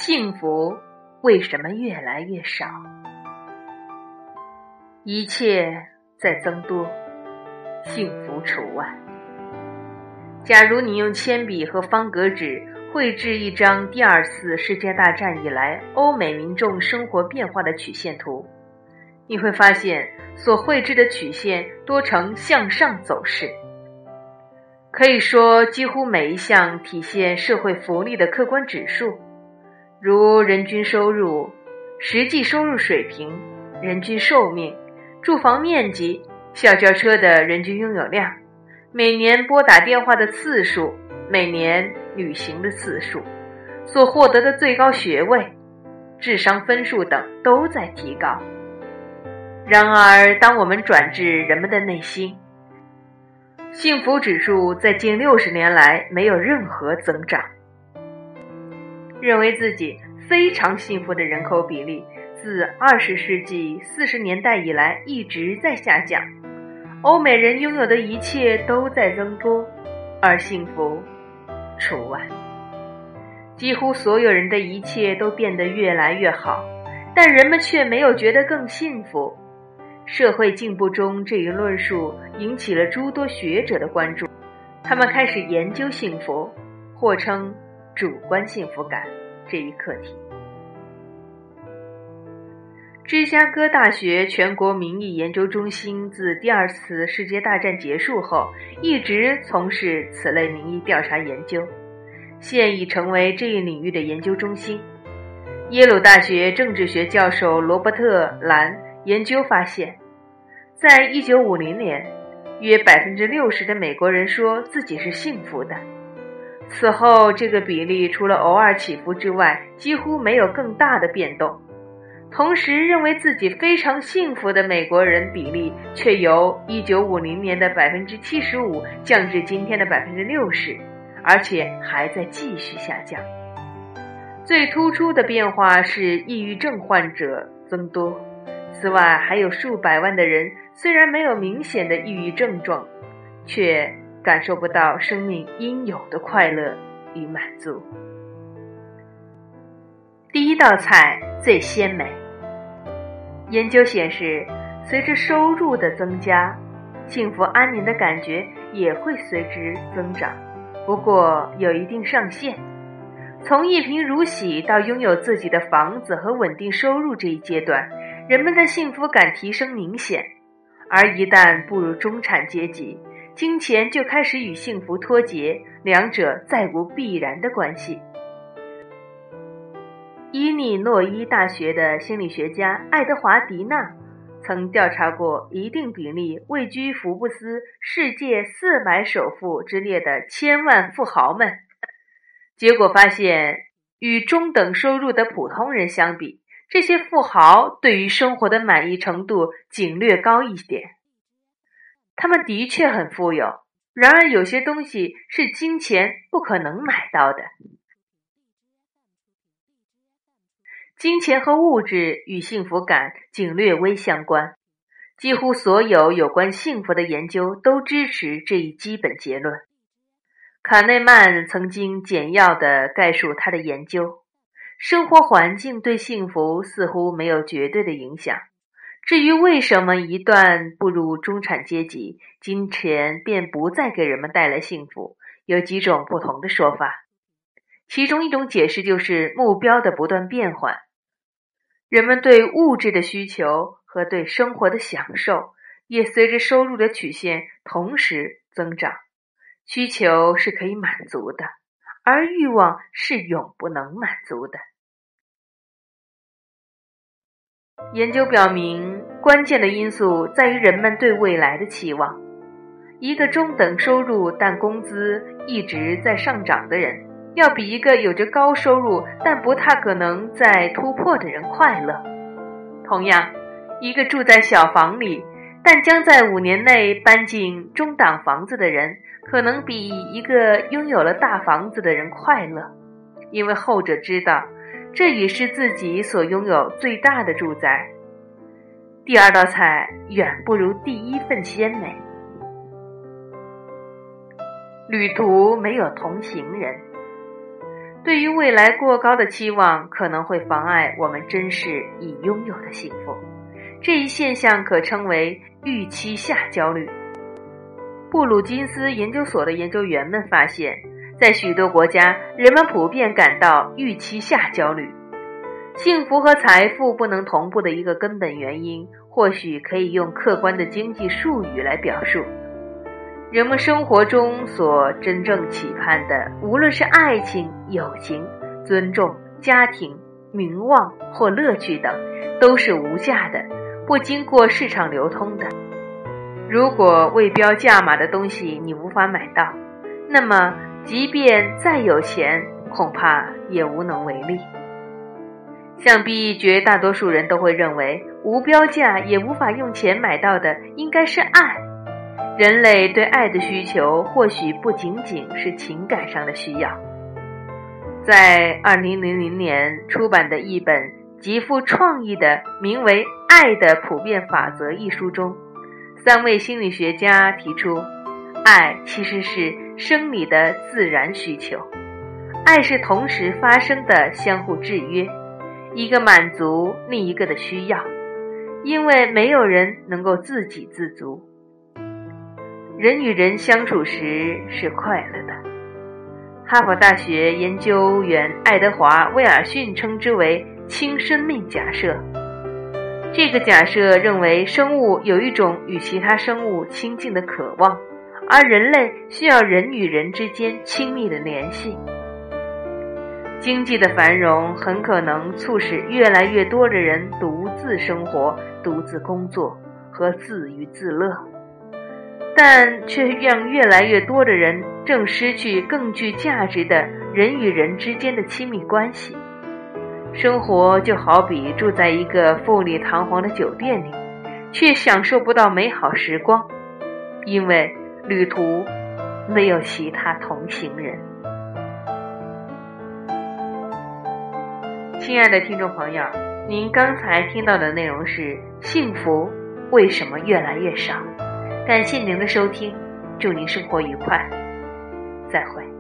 幸福为什么越来越少？一切在增多，幸福除外。假如你用铅笔和方格纸绘制一张第二次世界大战以来欧美民众生活变化的曲线图，你会发现所绘制的曲线多呈向上走势。可以说，几乎每一项体现社会福利的客观指数，如人均收入、实际收入水平、人均寿命、住房面积、小轿车的人均拥有量、每年拨打电话的次数、每年旅行的次数、所获得的最高学位、智商分数等都在提高。然而，当我们转至人们的内心，幸福指数在近60年来没有任何增长。认为自己非常幸福的人口比例自20世纪40年代以来一直在下降，欧美人拥有的一切都在增多，而幸福除外。几乎所有人的一切都变得越来越好，但人们却没有觉得更幸福。社会进步中这一论述引起了诸多学者的关注，他们开始研究幸福，或称主观幸福感这一课题。芝加哥大学全国民意研究中心自第二次世界大战结束后一直从事此类民意调查研究，现已成为这一领域的研究中心。耶鲁大学政治学教授罗伯特·兰研究发现，在1950年，约 60% 的美国人说自己是幸福的。此后，这个比例除了偶尔起伏之外，几乎没有更大的变动。同时，认为自己非常幸福的美国人比例却由1950年的 75% 降至今天的 60%， 而且还在继续下降。最突出的变化是抑郁症患者增多。此外，还有数百万的人虽然没有明显的抑郁症状，却感受不到生命应有的快乐与满足。第一道菜最鲜美。研究显示，随着收入的增加，幸福安宁的感觉也会随之增长，不过有一定上限。从一贫如洗到拥有自己的房子和稳定收入这一阶段，人们的幸福感提升明显，而一旦步入中产阶级，金钱就开始与幸福脱节，两者再无必然的关系。伊利诺伊大学的心理学家爱德华·迪纳曾调查过一定比例位居福布斯世界400首富之列的千万富豪们，结果发现，与中等收入的普通人相比，这些富豪对于生活的满意程度仅略高一点。他们的确很富有，然而有些东西是金钱不可能买到的。金钱和物质与幸福感仅略微相关，几乎所有有关幸福的研究都支持这一基本结论。卡内曼曾经简要地概述他的研究，生活环境对幸福似乎没有绝对的影响。至于为什么一旦步入中产阶级，金钱便不再给人们带来幸福，有几种不同的说法。其中一种解释就是目标的不断变换。人们对物质的需求和对生活的享受也随着收入的曲线同时增长。需求是可以满足的，而欲望是永不能满足的。研究表明，关键的因素在于人们对未来的期望。一个中等收入但工资一直在上涨的人，要比一个有着高收入但不太可能再突破的人快乐。同样，一个住在小房里但将在5年内搬进中档房子的人，可能比一个拥有了大房子的人快乐，因为后者知道这已是自己所拥有最大的住宅。第二道菜远不如第一份鲜美。旅途没有同行人。 对于未来过高的期望可能会妨碍我们珍视已拥有的幸福。这一现象可称为预期下焦虑。布鲁金斯研究所的研究员们发现，在许多国家，人们普遍感到预期下焦虑。幸福和财富不能同步的一个根本原因，或许可以用客观的经济术语来表述。人们生活中所真正期盼的，无论是爱情、友情、尊重、家庭、名望或乐趣等，都是无价的，不经过市场流通的。如果未标价码的东西你无法买到，那么即便再有钱，恐怕也无能为力。想必绝大多数人都会认为，无标价也无法用钱买到的应该是爱。人类对爱的需求或许不仅仅是情感上的需要。在2000年出版的一本极富创意的名为《爱的普遍法则》一书中，3位心理学家提出，爱其实是生理的自然需求，爱是同时发生的相互制约，一个满足另一个的需要，因为没有人能够自给自足。人与人相处时是快乐的。哈佛大学研究员爱德华·威尔逊称之为亲生命假设。这个假设认为生物有一种与其他生物亲近的渴望，而人类需要人与人之间亲密的联系。经济的繁荣很可能促使越来越多的人独自生活、独自工作和自娱自乐，但却让越来越多的人正失去更具价值的人与人之间的亲密关系。生活就好比住在一个富丽堂皇的酒店里，却享受不到美好时光，因为旅途没有其他同行人。亲爱的听众朋友，您刚才听到的内容是幸福为什么越来越少？感谢您的收听，祝您生活愉快，再会。